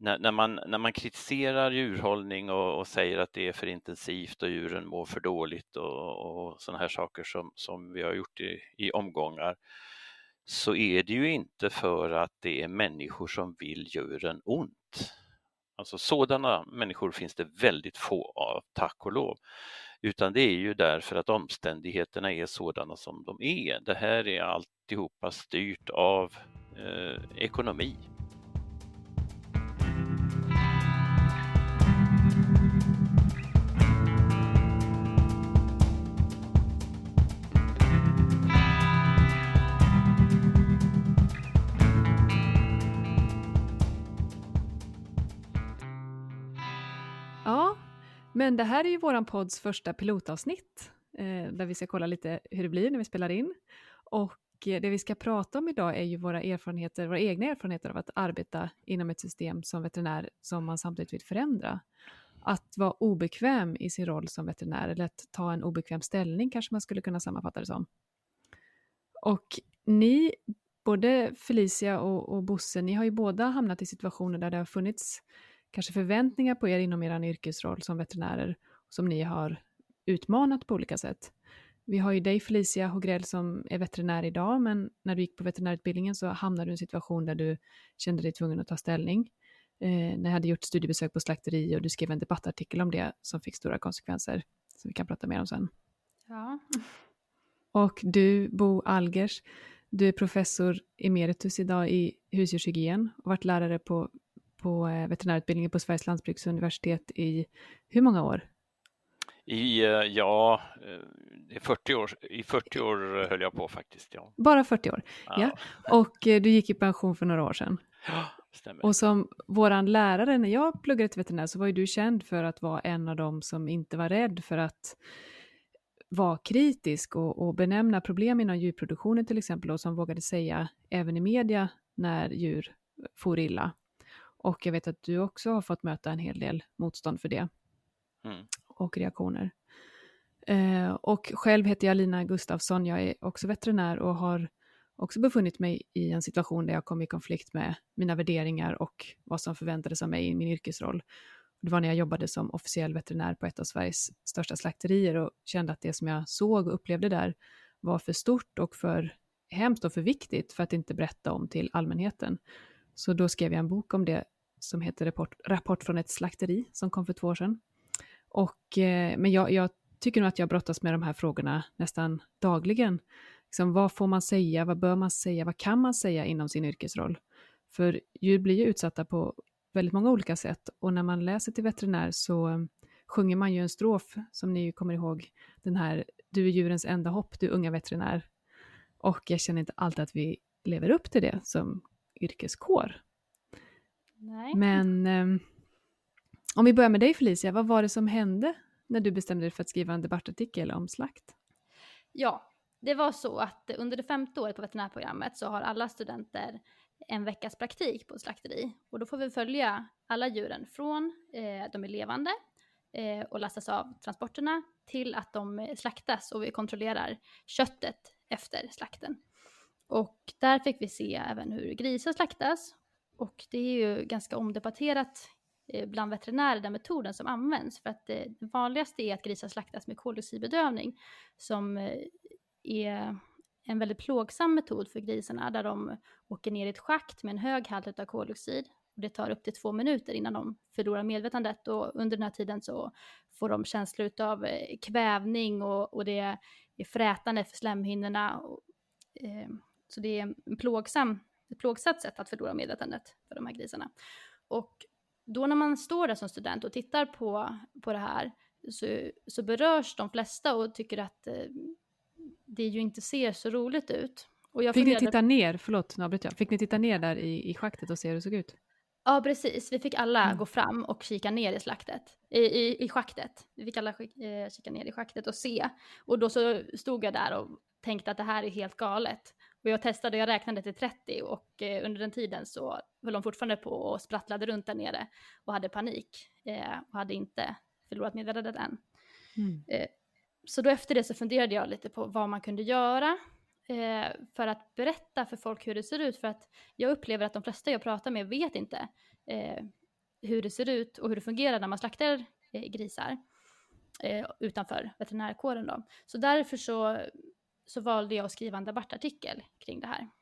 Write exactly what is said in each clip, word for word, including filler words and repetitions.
när, när, man, när man kritiserar djurhållning och, och säger att det är för intensivt och djuren mår för dåligt och, och sådana här saker som, som vi har gjort i, i omgångar, så är det ju inte för att det är människor som vill djuren ont. Alltså sådana människor finns det väldigt få av, tack och lov. Utan det är ju därför att omständigheterna är sådana som de är. Det här är alltihopa styrt av eh, ekonomi. Ja, men det här är ju våran podds första pilotavsnitt eh, där vi ska kolla lite hur det blir när vi spelar in. Och eh, det vi ska prata om idag är ju våra erfarenheter, våra egna erfarenheter av att arbeta inom ett system som veterinär som man samtidigt vill förändra. Att vara obekväm i sin roll som veterinär eller att ta en obekväm ställning kanske man skulle kunna sammanfatta det som. Och ni, både Felicia och, och Bosse, ni har ju båda hamnat i situationer där det har funnits kanske förväntningar på er inom er yrkesroll som veterinärer som ni har utmanat på olika sätt. Vi har ju dig, Felicia Hogrell, som är veterinär idag, men när du gick på veterinärutbildningen så hamnade du i en situation där du kände dig tvungen att ta ställning. Eh, när jag hade gjort studiebesök på slakteri och du skrev en debattartikel om det som fick stora konsekvenser som vi kan prata mer om sen. Ja. Och du, Bo Algers, du är professor emeritus idag i husdjurshygien och varit lärare på på veterinärutbildningen på Sveriges lantbruksuniversitet i hur många år? I, ja, i fyrtio år, i fyrtio år höll jag på faktiskt. Ja. Bara fyrtio år, ja. ja. Och du gick i pension för några år sedan. Ja, stämmer. Och som våran lärare när jag pluggade till veterinär så var ju du känd för att vara en av dem som inte var rädd för att vara kritisk och, och benämna problem inom djurproduktionen till exempel och som vågade säga även i media när djur får illa. Och jag vet att du också har fått möta en hel del motstånd för det. Mm. Och reaktioner. Eh, och själv heter jag Lina Gustafsson. Jag är också veterinär och har också befunnit mig i en situation där jag kom i konflikt med mina värderingar och vad som förväntades av mig i min yrkesroll. Det var när jag jobbade som officiell veterinär på ett av Sveriges största slakterier och kände att det som jag såg och upplevde där var för stort och för hemskt och för viktigt för att inte berätta om till allmänheten. Så då skrev jag en bok om det som heter Rapport, Rapport från ett slakteri som kom för två år sedan. Och, eh, men jag, jag tycker nog att jag brottas med de här frågorna nästan dagligen. Liksom, vad får man säga? Vad bör man säga? Vad kan man säga inom sin yrkesroll? För djur blir ju utsatta på väldigt många olika sätt. Och när man läser till veterinär så um, sjunger man ju en strof som ni kommer ihåg. Den här, du är djurens enda hopp, du unga veterinär. Och jag känner inte alltid att vi lever upp till det som yrkeskår. Nej. Men um, om vi börjar med dig Felicia, vad var det som hände när du bestämde dig för att skriva en debattartikel om slakt? Ja, det var så att under det femte året på veterinärprogrammet så har alla studenter en veckas praktik på slakteri. Och då får vi följa alla djuren från eh, de är levande eh, och lastas av transporterna till att de slaktas och vi kontrollerar köttet efter slakten. Och där fick vi se även hur grisar slaktas. Och det är ju ganska omdebatterat bland veterinärer den metoden som används. För att det vanligaste är att grisar slaktas med koldioxidbedövning som är en väldigt plågsam metod för grisarna där de åker ner i ett schakt med en hög halt av koldioxid. Och det tar upp till två minuter innan de förlorar medvetandet och under den här tiden så får de känslor av kvävning och, och det är frätande för slemhinnorna. Och, eh, så det är en plågsam, ett plågsamt sätt att förlora medvetandet för de här grisarna. Och då när man står där som student och tittar på, på det här så, så berörs de flesta och tycker att eh, det ju inte ser så roligt ut. Och jag Fick funderade... ni titta ner, förlåt, nu jag. Fick ni titta ner där i, i schaktet och se hur det såg ut? Ja, precis. Vi fick alla mm. gå fram och kika ner i slaktet, i, i, i schaktet. Vi fick alla eh, kika ner i schaktet och se. Och då så stod jag där och tänkte att det här är helt galet. Och jag testade, jag räknade till trettio och eh, under den tiden så höll de fortfarande på och sprattlade runt där nere och hade panik eh, och hade inte förlorat medvetandet än. Mm. Eh, så då efter det så funderade jag lite på vad man kunde göra eh, för att berätta för folk hur det ser ut. För att jag upplever att de flesta jag pratar med vet inte eh, hur det ser ut och hur det fungerar när man slaktar eh, grisar eh, utanför veterinärkåren då. Så därför så, så valde jag att skriva en debattartikel kring det här.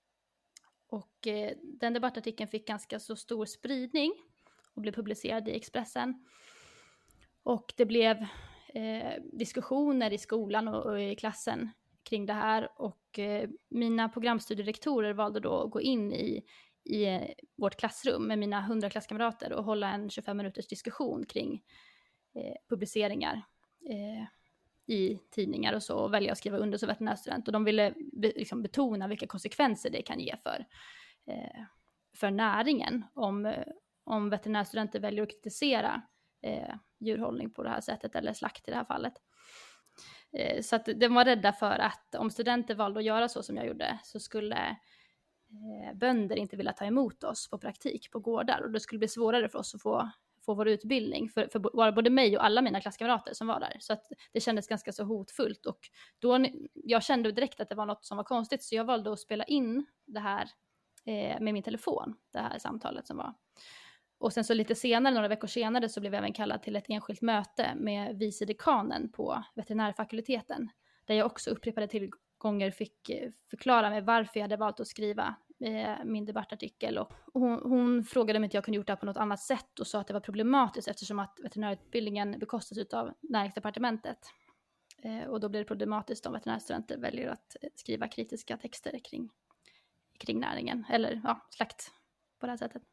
Och eh, den debattartikeln fick ganska så stor spridning och blev publicerad i Expressen. Och det blev eh, diskussioner i skolan och, och i klassen kring det här. Och eh, mina programstudierektorer valde då att gå in i, i eh, vårt klassrum med mina hundra klasskamrater och hålla en tjugofem minuters diskussion kring eh, publiceringar eh, i tidningar och så, och välja att skriva under som veterinärstudent. Och de ville be, liksom betona vilka konsekvenser det kan ge för, eh, för näringen om, om veterinärstudenter väljer att kritisera eh, djurhållning på det här sättet, eller slakt i det här fallet. Eh, så att de var rädda för att om studenter valde att göra så som jag gjorde, så skulle eh, bönder inte vilja ta emot oss på praktik på gårdar, och det skulle bli svårare för oss att få få vår utbildning för, för både mig och alla mina klasskamrater som var där. Så att det kändes ganska så hotfullt, och då, jag kände direkt att det var något som var konstigt, så jag valde att spela in det här eh, med min telefon, det här samtalet som var. Och sen så lite senare, några veckor senare, så blev jag även kallad till ett enskilt möte med vice dekanen på veterinärfakulteten, där jag också upprepade tillgångar fick förklara mig varför jag hade valt att skriva min debattartikel, och hon, hon frågade om inte jag kunde gjort det här på något annat sätt, och sa att det var problematiskt eftersom att veterinärutbildningen bekostas av näringsdepartementet, eh, och då blir det problematiskt om veterinärstudenter väljer att skriva kritiska texter kring, kring näringen, eller ja, slakt på det här sättet.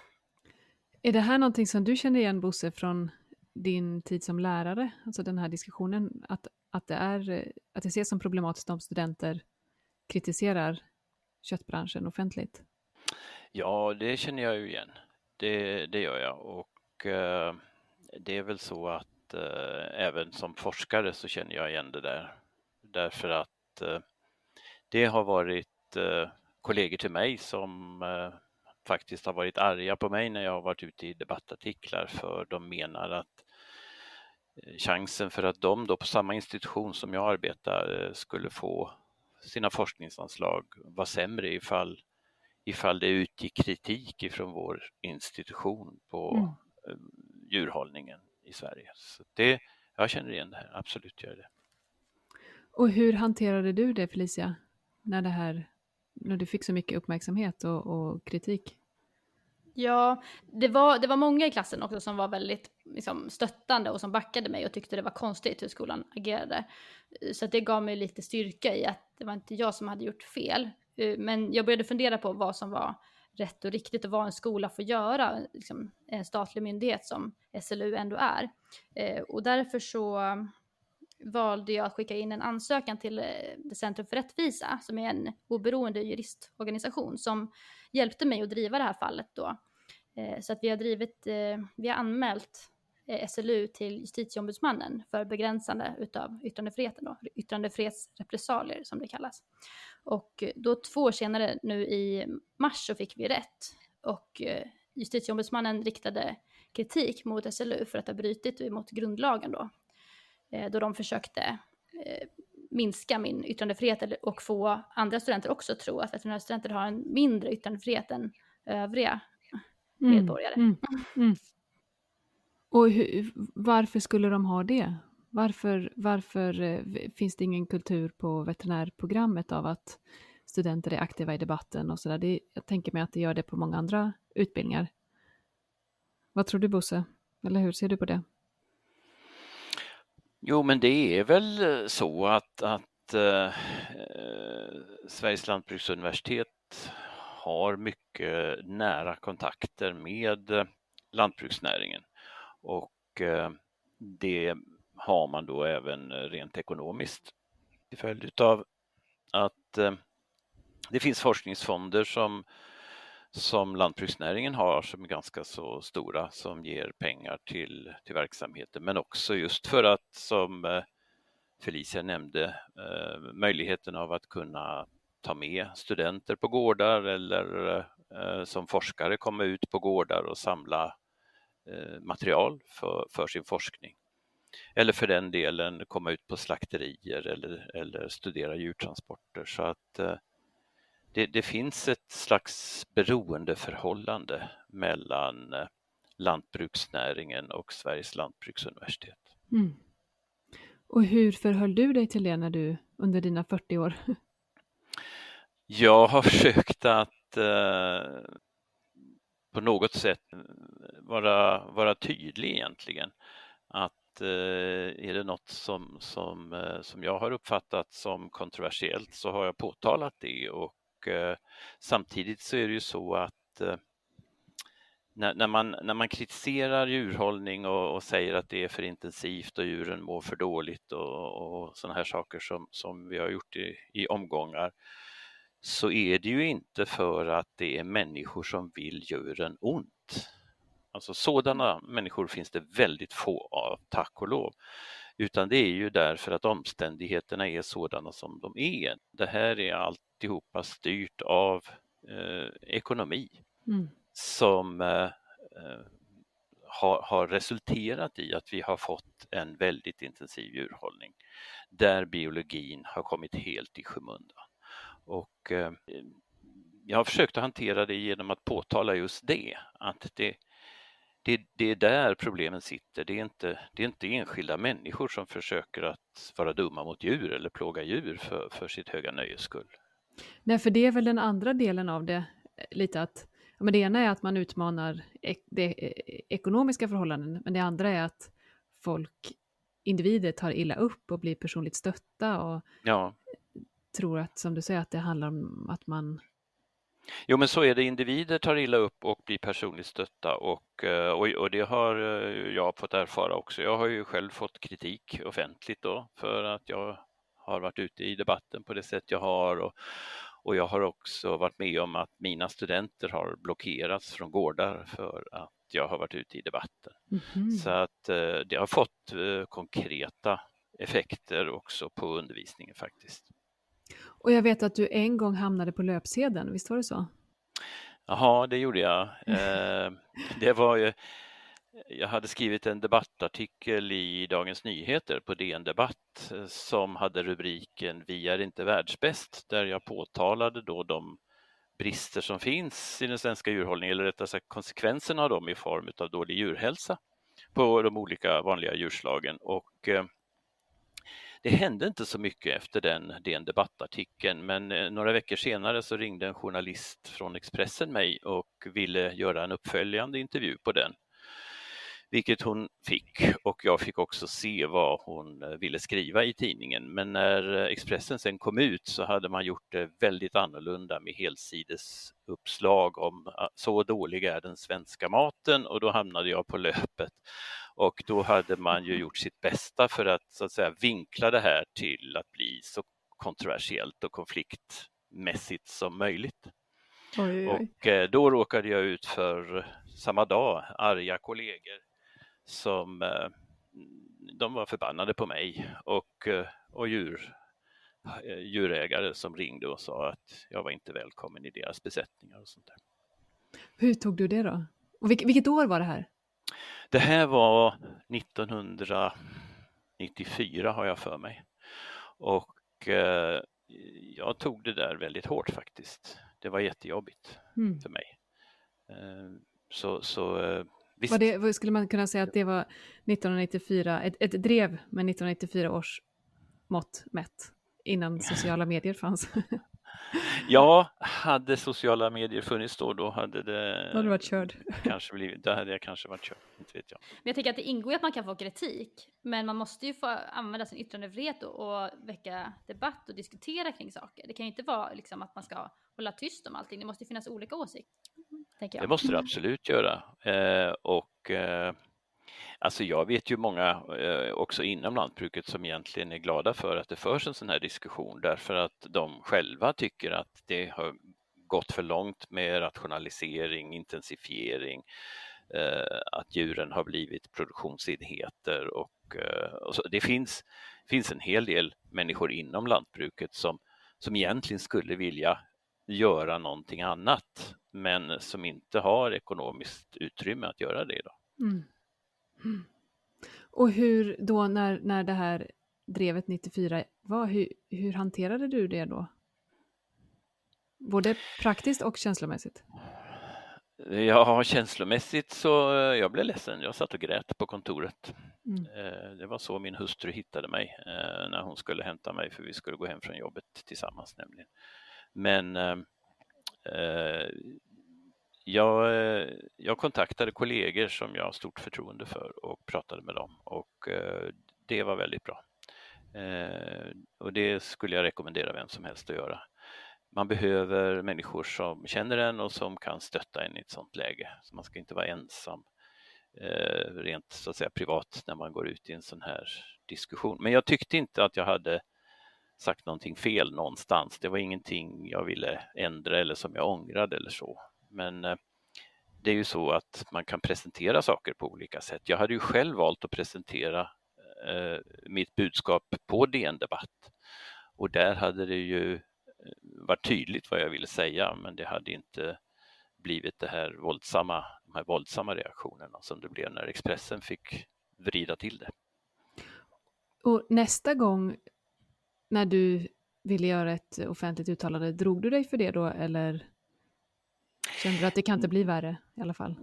Är det här någonting som du känner igen, Bosse, från din tid som lärare? Alltså den här diskussionen, att, att, det, är, att det ses som problematiskt om studenter kritiserar köttbranschen offentligt? Ja, det känner jag ju igen. Det, det gör jag, och eh, det är väl så att eh, även som forskare så känner jag igen det där. Därför att eh, det har varit eh, kollegor till mig som eh, faktiskt har varit arga på mig när jag har varit ute i debattartiklar, för de menar att eh, chansen för att de då på samma institution som jag arbetar eh, skulle få sina forskningsanslag var sämre ifall, ifall det utgick kritik ifrån vår institution på mm. djurhållningen i Sverige. Så det, jag känner igen det här, absolut gör det. Och hur hanterade du det, Felicia, när, det här, när du fick så mycket uppmärksamhet och, och kritik? Ja, det var, det var många i klassen också som var väldigt liksom, stöttande och som backade mig och tyckte det var konstigt hur skolan agerade. Så att det gav mig lite styrka i att det var inte jag som hade gjort fel. Men jag började fundera på vad som var rätt och riktigt och vad en skola får göra, liksom en statlig myndighet som S L U ändå är. Och därför så valde jag att skicka in en ansökan till det Centrum för rättvisa, som är en oberoende juristorganisation som hjälpte mig att driva det här fallet då. Så att vi har drivit, vi har anmält S L U till justitieombudsmannen för begränsande utav yttrandefriheten då, yttrandefrihetsrepressalier som det kallas. Och då två år senare nu i mars så fick vi rätt, och justitieombudsmannen riktade kritik mot S L U för att ha brutit mot grundlagen då. Då de försökte minska min yttrandefrihet och få andra studenter också att tro att veterinärstudenter har en mindre yttrandefrihet än övriga mm, medborgare. Mm, mm. Och hur, varför skulle de ha det? Varför, varför eh, finns det ingen kultur på veterinärprogrammet av att studenter är aktiva i debatten och sådär? Det, jag tänker mig att det gör det på många andra utbildningar. Vad tror du, Bosse? Eller hur ser du på det? Jo, men det är väl så att, att eh, Sveriges lantbruksuniversitet har mycket nära kontakter med lantbruksnäringen, och eh, det har man då även rent ekonomiskt till följd av att eh, det finns forskningsfonder som, som lantbruksnäringen har som är ganska så stora, som ger pengar till, till verksamheten, men också just för att, som eh, Felicia nämnde, eh, möjligheten av att kunna ta med studenter på gårdar eller eh, som forskare komma ut på gårdar och samla eh, material för, för sin forskning. Eller för den delen komma ut på slakterier eller, eller studera djurtransporter. Så att eh, det, det finns ett slags beroendeförhållande mellan eh, lantbruksnäringen och Sveriges lantbruksuniversitet. Mm. Och hur förhöll du dig till det när du under dina fyrtio år? Jag har försökt att eh, på något sätt vara, vara tydlig egentligen. Att eh, är det något som, som, eh, som jag har uppfattat som kontroversiellt så har jag påtalat det, och eh, samtidigt så är det ju så att eh, när, när, man, när man kritiserar djurhållning och, och säger att det är för intensivt och djuren mår för dåligt och, och sådana här saker som, som vi har gjort i, i omgångar, så är det ju inte för att det är människor som vill djuren ont. Alltså sådana människor finns det väldigt få av, tack och lov. Utan det är ju därför att omständigheterna är sådana som de är. Det här är alltihopa styrt av eh, ekonomi mm. som eh, har, har resulterat i att vi har fått en väldigt intensiv djurhållning där biologin har kommit helt i skymundan. Och eh, jag har försökt att hantera det genom att påtala just det, att det, det, det är där problemen sitter. Det är, inte, det är inte enskilda människor som försöker att vara dumma mot djur eller plåga djur för, för sitt höga nöjes skull. Nej, för det är väl den andra delen av det, lite att ja, men det ena är att man utmanar ek- det ekonomiska förhållanden, men det andra är att folk, individer tar illa upp och blir personligt stötta och ja. tror att, som du säger, att det handlar om att man... Jo, men så är det. Individer tar illa upp och blir personligt stötta, och, och, och det har jag fått erfara också. Jag har ju själv fått kritik offentligt då för att jag har varit ute i debatten på det sätt jag har, och, och jag har också varit med om att mina studenter har blockerats från gårdar för att jag har varit ute i debatten. Mm-hmm. Så att det har fått konkreta effekter också på undervisningen faktiskt. Och jag vet att du en gång hamnade på löpsedeln, visst var det så? Jaha, det gjorde jag. Eh, det var ju, jag hade skrivit en debattartikel i Dagens Nyheter på D N Debatt som hade rubriken "Vi är inte världsbäst", där jag påtalade då de brister som finns i den svenska djurhållningen, eller rättare sagt konsekvenserna av dem i form av dålig djurhälsa på de olika vanliga djurslagen. Och eh, det hände inte så mycket efter den, den debattartikeln, men några veckor senare så ringde en journalist från Expressen mig och ville göra en uppföljande intervju på den. Vilket hon fick, och jag fick också se vad hon ville skriva i tidningen. Men när Expressen sen kom ut så hade man gjort det väldigt annorlunda med helsidesuppslag om så dålig är den svenska maten, och då hamnade jag på löpet. Och då hade man ju gjort sitt bästa för att, så att säga, vinkla det här till att bli så kontroversiellt och konfliktmässigt som möjligt. Oj, oj. Och då råkade jag ut för, samma dag, arga kollegor som de var förbannade på mig, och, och djur, djurägare som ringde och sa att jag var inte välkommen i deras besättningar och sånt där. Hur tog du det då? Och vilket, vilket år var det här? Det här var nittonhundranittiofyra har jag för mig. Och eh, jag tog det där väldigt hårt faktiskt. Det var jättejobbigt mm. för mig. Eh, så, så eh, visst. Var det, skulle man kunna säga att det var nittonhundranittiofyra, ett, ett drev med nittonhundranittiofyra års mått mätt innan sociala medier fanns? Ja, hade sociala medier funnits då, då hade det... Då hade du varit körd. Kanske blivit, då hade jag kanske varit körd, inte vet jag. Men jag tänker att det ingår ju att man kan få kritik, men man måste ju få använda sin yttrandefrihet och, och väcka debatt och diskutera kring saker. Det kan ju inte vara liksom att man ska hålla tyst om allting. Det måste ju finnas olika åsikter, tänker jag. Det måste det absolut göra. Eh, och... Eh, Alltså jag vet ju många eh, också inom lantbruket som egentligen är glada för att det förs en sån här diskussion, därför att de själva tycker att det har gått för långt med rationalisering, intensifiering, eh, att djuren har blivit produktionsenheter, och, eh, och så, det finns, finns en hel del människor inom lantbruket som, som egentligen skulle vilja göra någonting annat, men som inte har ekonomiskt utrymme att göra det då. Mm. Mm. Och hur då när, när det här drevet nittiofyra var, hur, hur hanterade du det då? Både praktiskt och känslomässigt? Ja, känslomässigt så jag blev ledsen. Jag satt och grät på kontoret. Mm. Det var så min hustru hittade mig när hon skulle hämta mig, för vi skulle gå hem från jobbet tillsammans nämligen. Men eh, jag, jag kontaktade kollegor som jag har stort förtroende för och pratade med dem, och eh, det var väldigt bra. Eh, och det skulle jag rekommendera vem som helst att göra. Man behöver människor som känner en och som kan stötta en i ett sådant läge. Så man ska inte vara ensam eh, rent så att säga privat när man går ut i en sån här diskussion. Men jag tyckte inte att jag hade sagt någonting fel någonstans. Det var ingenting jag ville ändra eller som jag ångrade eller så. Men eh, det är ju så att man kan presentera saker på olika sätt. Jag hade ju själv valt att presentera eh, mitt budskap på D N Debatt. Och där hade det ju varit tydligt vad jag ville säga, men det hade inte blivit det här våldsamma, de här våldsamma reaktionerna som det blev när Expressen fick vrida till det. Och nästa gång när du ville göra ett offentligt uttalande, drog du dig för det då, eller kände du att det kan inte bli värre i alla fall?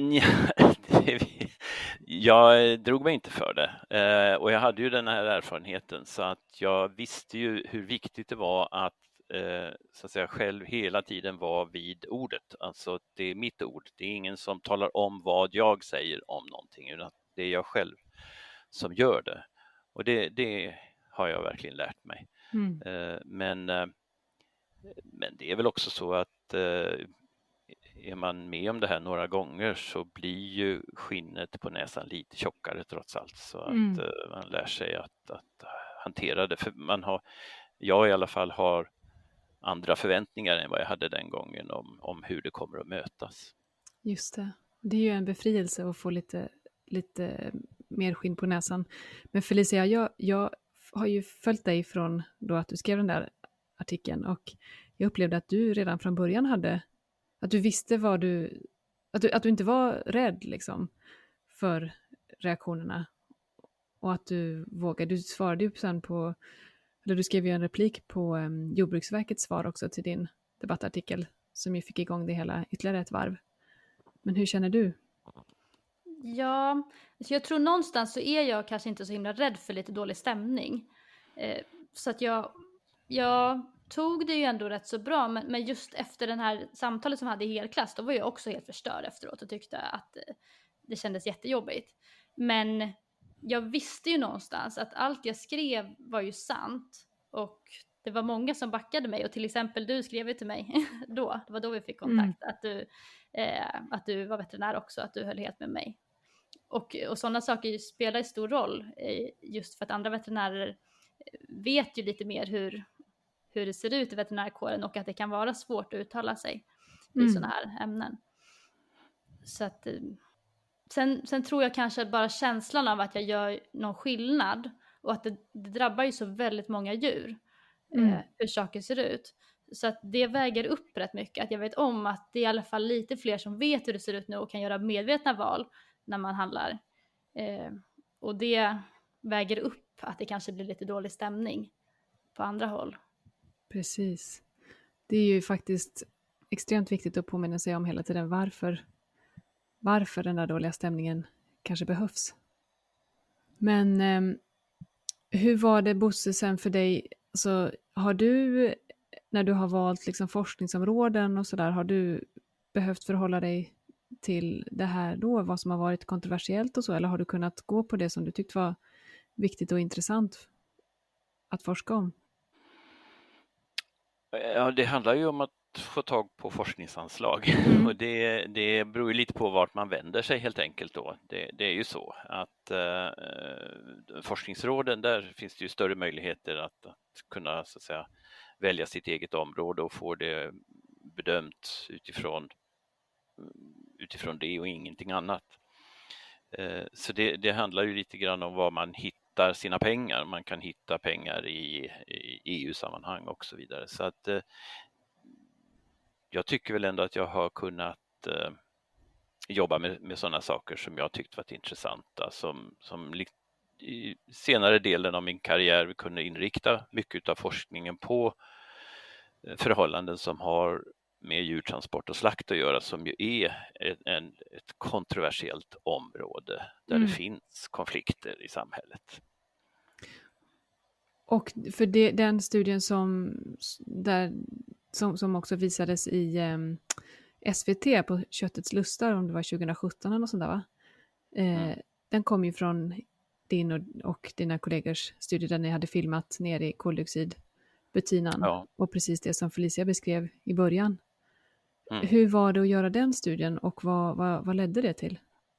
Jag drog mig inte för det, och jag hade ju den här erfarenheten, så att jag visste ju hur viktigt det var att så att säga själv hela tiden vara vid ordet. Alltså det är mitt ord. Det är ingen som talar om vad jag säger om någonting, utan det är jag själv som gör det. Och det, det har jag verkligen lärt mig. Mm. Men, men det är väl också så att är man med om det här några gånger så blir ju skinnet på näsan lite tjockare trots allt. Så att mm. man lär sig att, att hantera det. För man har, jag i alla fall har andra förväntningar än vad jag hade den gången om, om hur det kommer att mötas. Just det. Det är ju en befrielse att få lite, lite mer skinn på näsan. Men Felicia, jag, jag har ju följt dig från då att du skrev den där artikeln, och jag upplevde att du redan från början hade, att du visste vad du, att du, att du inte var rädd liksom för reaktionerna, och att du vågade. Du svarade ju sen på, eller du skrev ju en replik på um, Jordbruksverkets svar också till din debattartikel, som ju fick igång det hela ytterligare ett varv. Men hur känner du? Ja, så jag tror någonstans så är jag kanske inte så himla rädd för lite dålig stämning. Eh, så att jag, jag tog det ju ändå rätt så bra, men, men just efter den här samtalet som vi hade i helklass, då var jag också helt förstörd efteråt och tyckte att eh, det kändes jättejobbigt. Men jag visste ju någonstans att allt jag skrev var ju sant, och det var många som backade mig, och till exempel du skrev ju till mig då, det var då vi fick kontakt, mm. att, du, eh, att du var veterinär också, att du höll helt med mig. Och, och sådana saker spelar stor roll, eh, just för att andra veterinärer vet ju lite mer hur, hur det ser ut i veterinärkåren, och att det kan vara svårt att uttala sig mm. i sådana här ämnen. Så att... Eh, Sen, sen tror jag kanske bara känslan av att jag gör någon skillnad, och att det, det drabbar ju så väldigt många djur, mm. eh, hur saker ser ut. Så att det väger upp rätt mycket, att jag vet om att det är i alla fall lite fler som vet hur det ser ut nu och kan göra medvetna val när man handlar. Eh, och det väger upp att det kanske blir lite dålig stämning på andra håll. Precis. Det är ju faktiskt extremt viktigt att påminna sig om hela tiden varför varför den där dåliga stämningen kanske behövs. Men eh, hur var det, Bosse, sen för dig? Alltså, har du, när du har valt liksom forskningsområden och sådär, har du behövt förhålla dig till det här då, vad som har varit kontroversiellt och så, eller har du kunnat gå på det som du tyckte var viktigt och intressant att forska om? Ja, det handlar ju om att få tag på forskningsanslag mm. och det, det beror ju lite på vart man vänder sig helt enkelt då. Det, det är ju så att eh, forskningsråden, där finns det ju större möjligheter att, att kunna så att säga välja sitt eget område och få det bedömt utifrån, utifrån det och ingenting annat. Eh, så det, det handlar ju lite grann om var man hittar sina pengar. Man kan hitta pengar i, i E U-sammanhang och så vidare. Så att eh, jag tycker väl ändå att jag har kunnat eh, jobba med, med sådana saker som jag tyckt varit intressanta. Som, som i senare delen av min karriär kunde inrikta mycket av forskningen på förhållanden som har med djurtransport och slakt att göra, som ju är ett, en, ett kontroversiellt område där mm. det finns konflikter i samhället. Och för det, den studien som, där, som, som också visades i eh, S V T på Köttets lustar, om det var tjugohundrasjutton eller något sånt där, va? Eh, mm. Den kom ju från din och, och dina kollegors studie där ni hade filmat ner i koldioxidbetynan. Ja. Och precis det som Felicia beskrev i början. Mm. Hur var det att göra den studien och vad, vad, vad ledde det till?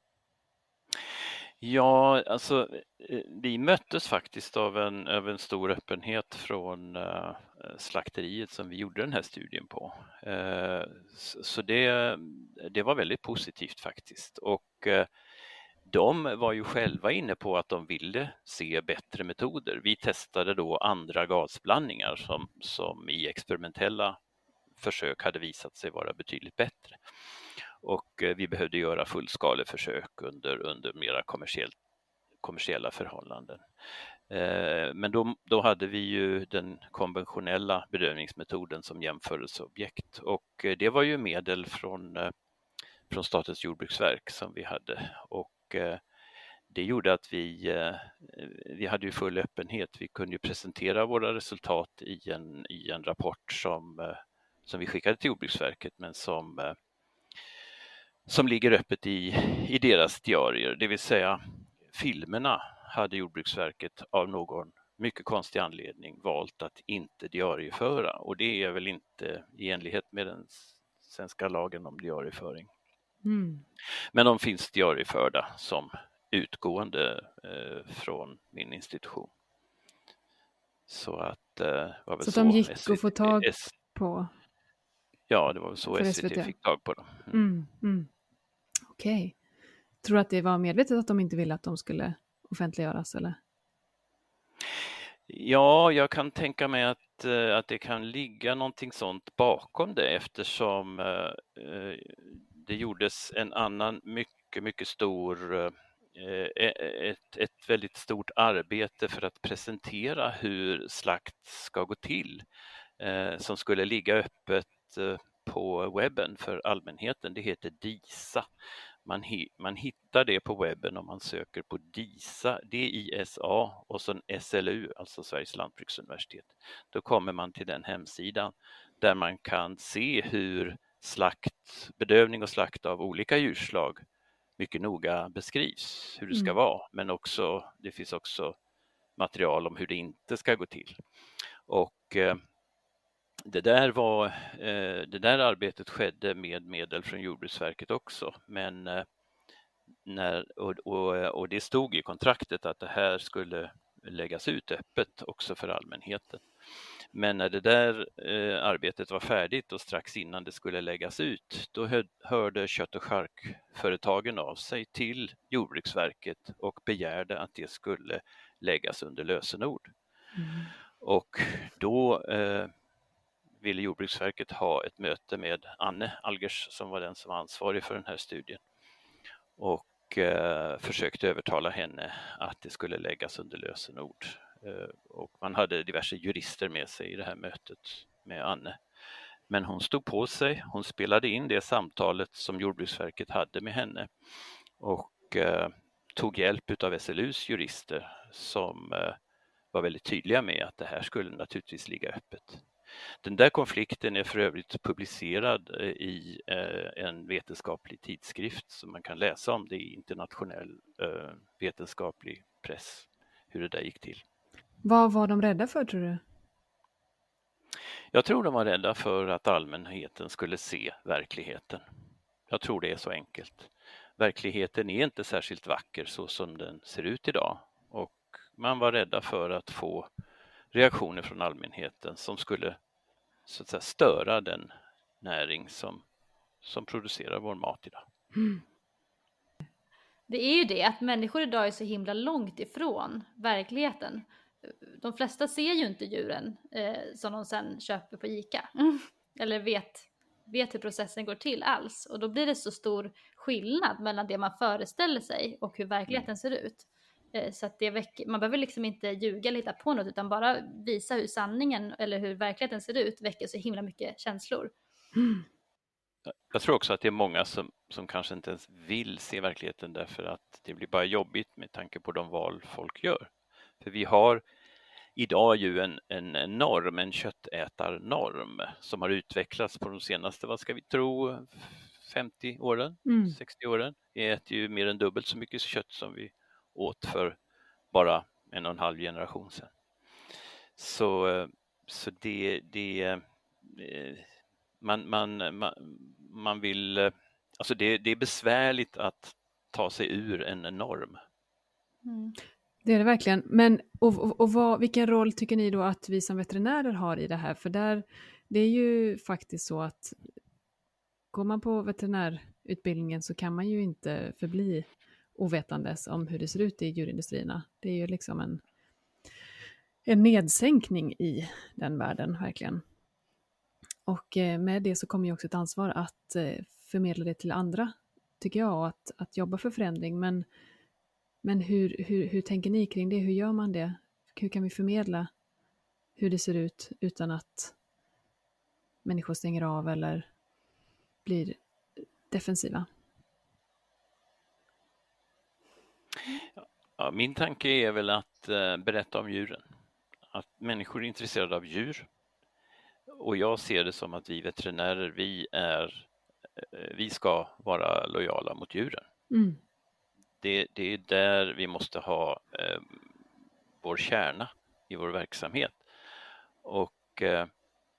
Ja, alltså vi möttes faktiskt av en, av en stor öppenhet från uh, slakteriet som vi gjorde den här studien på. Uh, så så det, det var väldigt positivt faktiskt. Och uh, de var ju själva inne på att de ville se bättre metoder. Vi testade då andra gasblandningar som, som i experimentella försök hade visat sig vara betydligt bättre. Och vi behövde göra fullskaleförsök under, under mera kommersiellt, kommersiella förhållanden. Eh, men då, då hade vi ju den konventionella bedövningsmetoden som jämförelseobjekt. Och det var ju medel från, från Statens jordbruksverk som vi hade. Och eh, det gjorde att vi, eh, vi hade ju full öppenhet. Vi kunde ju presentera våra resultat i en, i en rapport som, eh, som vi skickade till Jordbruksverket, men som eh, som ligger öppet i, i deras diarier. Det vill säga filmerna hade Jordbruksverket av någon mycket konstig anledning valt att inte diarieföra. Och det är väl inte i enlighet med den svenska lagen om diarieföring. Mm. Men de finns diarieförda som utgående eh, från min institution. Så att eh, var väl så, så de gick S V T, att få tag S, på? Ja, det var väl så S V T fick tag på dem. Mm. Mm, mm. Okej. Okay. Tror du att det var medvetet att de inte ville att de skulle offentliggöras, eller? Ja, jag kan tänka mig att, att det kan ligga någonting sånt bakom det, eftersom eh, det gjordes en annan mycket, mycket stor, eh, ett, ett väldigt stort arbete för att presentera hur slakt ska gå till, eh, som skulle ligga öppet eh, på webben för allmänheten. Det heter DISA. Man, hi- man hittar det på webben om man söker på DISA, D I S A och så S L U, alltså Sveriges lantbruksuniversitet. Då kommer man till den hemsidan där man kan se hur slakt, bedövning och slakt av olika djurslag mycket noga beskrivs, hur det ska mm. vara. Men också, det finns också material om hur det inte ska gå till. Och eh, Det där, var, eh, det där arbetet skedde med medel från Jordbruksverket också, men eh, när, och, och, och det stod i kontraktet att det här skulle läggas ut öppet också för allmänheten. Men när det där eh, arbetet var färdigt och strax innan det skulle läggas ut, då hör, hörde kött- och charkföretagen av sig till Jordbruksverket och begärde att det skulle läggas under lösenord. Mm. Och då eh, ville Jordbruksverket ha ett möte med Anne Algers som var den som var ansvarig för den här studien och eh, försökte övertala henne att det skulle läggas under lösenord. Eh, och man hade diverse jurister med sig i det här mötet med Anne. Men hon stod på sig, hon spelade in det samtalet som Jordbruksverket hade med henne och eh, tog hjälp av S L U:s jurister som eh, var väldigt tydliga med att det här skulle naturligtvis ligga öppet. Den där konflikten är för övrigt publicerad i eh, en vetenskaplig tidskrift som man kan läsa om det i internationell eh, vetenskaplig press, hur det där gick till. Vad var de rädda för, tror du? Jag tror de var rädda för att allmänheten skulle se verkligheten. Jag tror det är så enkelt. Verkligheten är inte särskilt vacker så som den ser ut idag. Och man var rädda för att få reaktioner från allmänheten som skulle så att säga störa den näring som, som producerar vår mat idag. Mm. Det är ju det att människor idag är så himla långt ifrån verkligheten. De flesta ser ju inte djuren eh, som de sen köper på ICA. Mm. Eller vet, vet hur processen går till alls. Och då blir det så stor skillnad mellan det man föreställer sig och hur verkligheten mm. ser ut. Eh, så att det väcker, man behöver liksom inte ljuga eller hitta på något utan bara visa hur sanningen eller hur verkligheten ser ut väcker så himla mycket känslor. Mm. Jag tror också att det är många som, som kanske inte ens vill se verkligheten därför att det blir bara jobbigt med tanke på de val folk gör. För vi har idag ju en, en norm, en köttätarnorm som har utvecklats på de senaste, vad ska vi tro, femtio åren, mm. sextio åren. Vi äter ju mer än dubbelt så mycket kött som vi åt för bara en och en halv generation sedan. Så, så det, det man, man, man, man vill, alltså det, det är besvärligt att ta sig ur en norm. Mm. Det är det verkligen. Men och, och, och vad, vilken roll tycker ni då att vi som veterinärer har i det här? För där, det är ju faktiskt så att går man på veterinärutbildningen så kan man ju inte förbli ovetandes om hur det ser ut i djurindustrierna. Det är ju liksom en, en nedsänkning i den världen, verkligen. Och med det så kommer ju också ett ansvar att förmedla det till andra, tycker jag, och att, att jobba för förändring. Men, men hur, hur, hur tänker ni kring det? Hur gör man det? Hur kan vi förmedla hur det ser ut utan att människor stänger av eller blir defensiva? Ja, min tanke är väl att uh, berätta om djuren. Att människor är intresserade av djur. Och jag ser det som att vi veterinärer, vi, är, vi ska vara lojala mot djuren. Mm. Det, det är där vi måste ha eh, vår kärna i vår verksamhet. Och eh,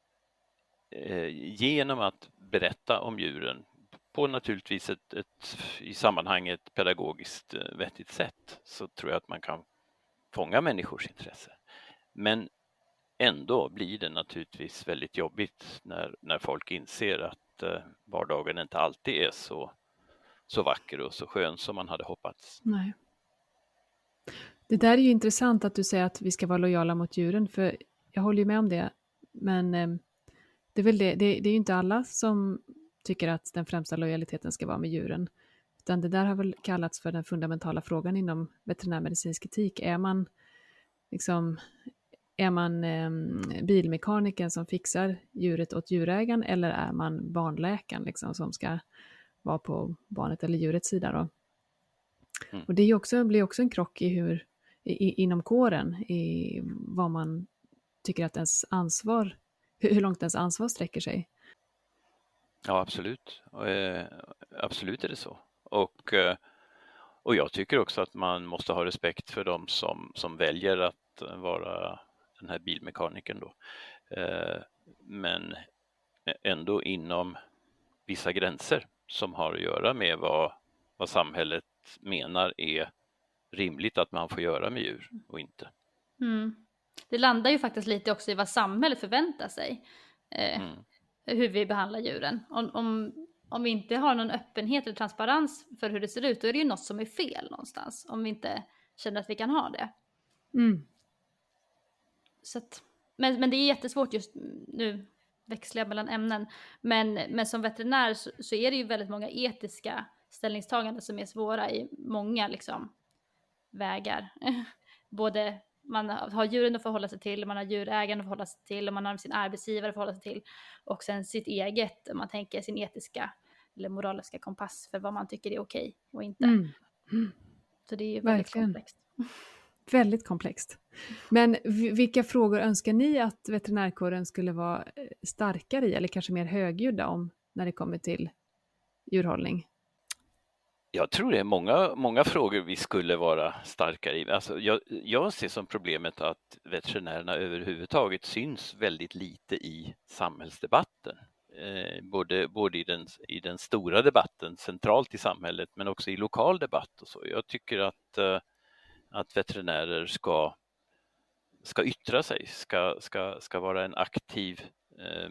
genom att berätta om djuren på naturligtvis ett, ett i sammanhanget pedagogiskt vettigt sätt så tror jag att man kan fånga människors intresse. Men ändå blir det naturligtvis väldigt jobbigt när, när folk inser att eh, vardagen inte alltid är så, så vacker och så skön som man hade hoppats. Nej. Det där är ju intressant att du säger att vi ska vara lojala mot djuren, för jag håller ju med om det. Men eh, det är väl det, det, det är ju inte alla som tycker att den främsta lojaliteten ska vara med djuren. Utan det där har väl kallats för den fundamentala frågan inom veterinärmedicinsk etik. Är man liksom... Är man eh, bilmekanikern som fixar djuret åt djurägaren, eller är man barnläkaren liksom, som ska vara på barnet eller djurets sida då? Mm. Och det är ju också, blir också en krock i hur, i, inom kåren, i vad man tycker att ens ansvar, hur, hur långt ens ansvar sträcker sig. Ja, absolut. Eh, absolut är det så. Och, eh, och jag tycker också att man måste ha respekt för dem som, som väljer att vara den här bilmekanikern då. Eh, men ändå inom vissa gränser som har att göra med vad, vad samhället menar är rimligt att man får göra med djur och inte. Mm. Det landar ju faktiskt lite också i vad samhället förväntar sig. Eh, mm. Hur vi behandlar djuren. Om, om, om vi inte har någon öppenhet eller transparens för hur det ser ut, då är det ju något som är fel någonstans. Om vi inte känner att vi kan ha det. Mm. Så att, men, men det är jättesvårt just nu, växlar jag mellan ämnen. Men, men som veterinär så, så är det ju väldigt många etiska ställningstaganden som är svåra i många liksom, vägar. Både man har djuren att förhålla sig till, man har djurägaren att förhålla sig till, och man har sin arbetsgivare att förhålla sig till. Och sen sitt eget, man tänker sin etiska eller moraliska kompass för vad man tycker är okej och inte. Mm. Mm. Så det är ju väldigt Verkligen. komplext. Väldigt komplext. Men vilka frågor önskar ni att veterinärkåren skulle vara starkare i, eller kanske mer högljudda om när det kommer till djurhållning? Jag tror det är många, många frågor vi skulle vara starkare i. Alltså jag, jag ser som problemet att veterinärerna överhuvudtaget syns väldigt lite i samhällsdebatten. Eh, både både i, den, i den stora debatten centralt i samhället, men också i lokal debatt och så. Jag tycker att eh, att veterinärer ska, ska yttra sig, ska, ska, ska vara en aktiv eh,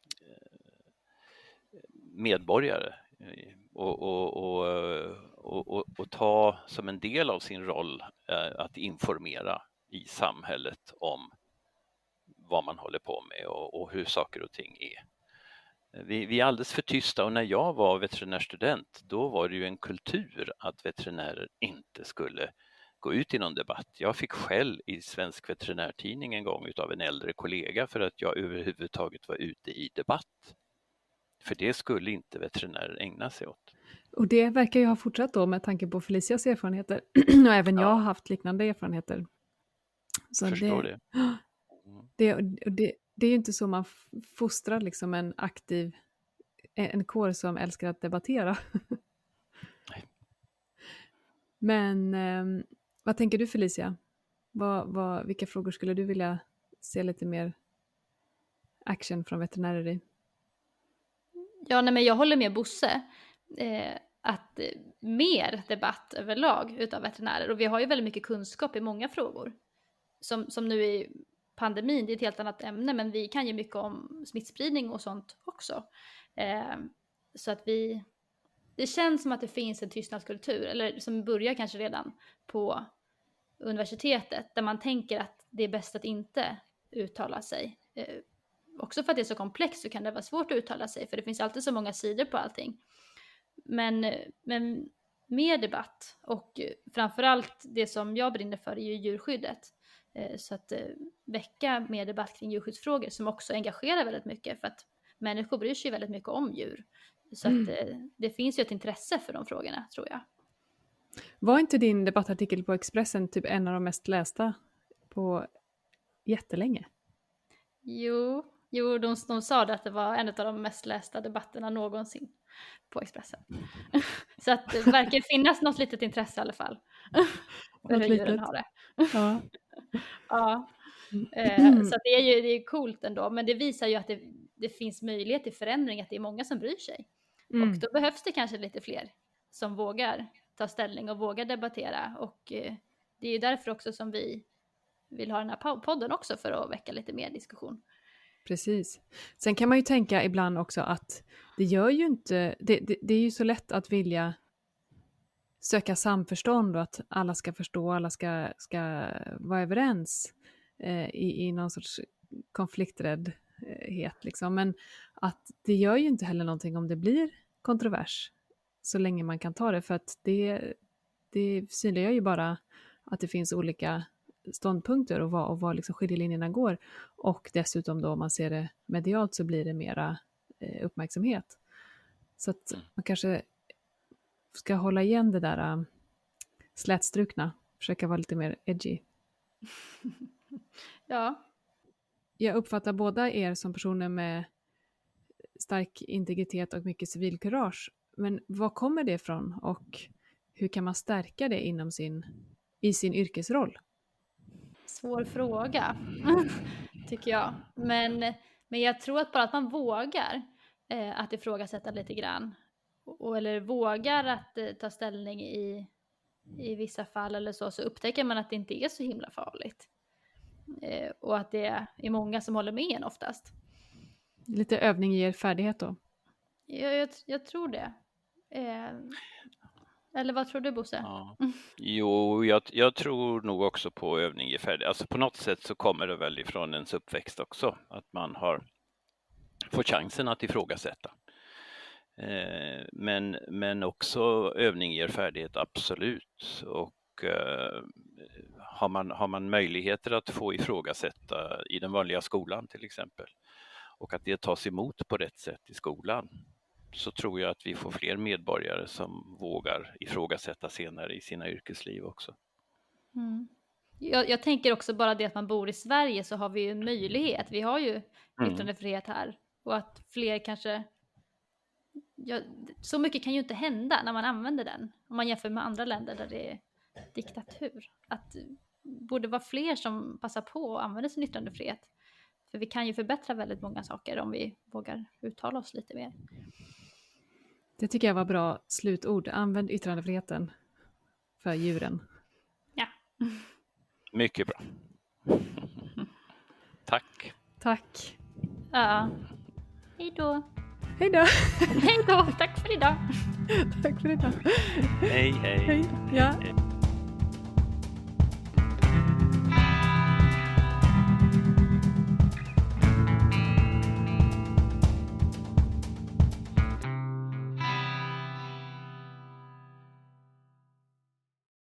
medborgare och, och, och, och, och, och ta som en del av sin roll eh, att informera i samhället om vad man håller på med och, och hur saker och ting är. Vi, vi är alldeles för tysta, och när jag var veterinärstudent då var det ju en kultur att veterinärer inte skulle gå ut i någon debatt. Jag fick skäll i Svensk veterinärtidning en gång utav en äldre kollega för att jag överhuvudtaget var ute i debatt. För det skulle inte veterinärer ägna sig åt. Och det verkar ju ha fortsatt då med tanke på Felicias erfarenheter. Och även jag Ja. har haft liknande erfarenheter. Så Förstår det, det. Mm. det, det, det är ju inte så man fostrar liksom en aktiv, en kår som älskar att debattera. Nej. Men eh, vad tänker du Felicia? Vad, vad, vilka frågor skulle du vilja se lite mer action från veterinärer i? Ja, nej, men jag håller med Bosse. Eh, att eh, mer debatt överlag utav veterinärer. Och vi har ju väldigt mycket kunskap i många frågor. Som, som nu i pandemin, det är ett helt annat ämne. Men vi kan ju mycket om smittspridning och sånt också. Eh, så att vi... Det känns som att det finns en tystnadskultur. Eller som börjar kanske redan på universitetet. Där man tänker att det är bäst att inte uttala sig. Eh, också för att det är så komplext så kan det vara svårt att uttala sig. För det finns alltid så många sidor på allting. Men, men mer debatt. Och framförallt det som jag brinner för är ju djurskyddet. Eh, så att eh, väcka mer debatt kring djurskyddsfrågor. Som också engagerar väldigt mycket. För att människor bryr sig väldigt mycket om djur. Så Mm. att eh, det finns ju ett intresse för de frågorna tror jag. Var inte din debattartikel på Expressen typ en av de mest lästa på jättelänge? Jo, jo de, de sa det att det var en av de mest lästa debatterna någonsin på Expressen. Så att det verkar finnas något litet intresse i alla fall. För Något hur djuren litet. har det. Ja. Ja. Eh, så att det är ju det är coolt ändå. Men det visar ju att det, det finns möjlighet till förändring. Att det är många som bryr sig. Mm. Och då behövs det kanske lite fler som vågar ta ställning och vågar debattera. Och eh, det är ju därför också som vi vill ha den här podden också för att väcka lite mer diskussion. Precis. Sen kan man ju tänka ibland också att det gör ju inte, det, det, det är ju så lätt att vilja söka samförstånd och att alla ska förstå, alla ska, ska vara överens eh, i, i någon sorts konflikträddhet liksom. Men att det gör ju inte heller någonting om det blir kontrovers så länge man kan ta det, för att det, det synliggör ju bara att det finns olika ståndpunkter och var, och var liksom skiljelinjerna går. Och dessutom då om man ser det medialt så blir det mera eh, uppmärksamhet. Så att man kanske ska hålla igen det där um, slätstrukna. Försöka vara lite mer edgy. Ja. Jag uppfattar båda er som personer med stark integritet och mycket civilkurage. Men var kommer det ifrån och hur kan man stärka det inom sin, i sin yrkesroll? Svår fråga, tycker jag. Men, men jag tror att bara att man vågar eh, att ifrågasätta lite grann. Och, eller vågar att eh, ta ställning i, i vissa fall eller så. Så upptäcker man att det inte är så himla farligt. Eh, och att det är många som håller med en oftast. Lite övning ger färdighet då? Jag, jag, jag tror det. Eh, eller vad tror du Bosse? Ja. Jo, jag, jag tror nog också på övning ger färdighet. Alltså på något sätt så kommer det väl ifrån ens uppväxt också. Att man har fått chansen att ifrågasätta. Eh, men, men också övning ger färdighet, absolut. Och eh, har, man, har man möjligheter att få ifrågasätta i den vanliga skolan till exempel. Och att det tas emot på rätt sätt i skolan. Så tror jag att vi får fler medborgare som vågar ifrågasätta senare i sina yrkesliv också. Mm. Jag, jag tänker också bara det att man bor i Sverige så har vi ju en möjlighet. Vi har ju Mm. yttrandefrihet här. Och att fler kanske... Ja, så mycket kan ju inte hända när man använder den. Om man jämför med andra länder där det är diktatur. Att det borde vara fler som passar på att använda sin yttrandefrihet. För vi kan ju förbättra väldigt många saker om vi vågar uttala oss lite mer. Det tycker jag var bra slutord. Använd yttrandefriheten för djuren. Ja. Mycket bra. Tack. Tack. Ja. Hej då. Hej då. Hej då. Tack för idag. Tack för idag. Hej, hej. Hej. Ja.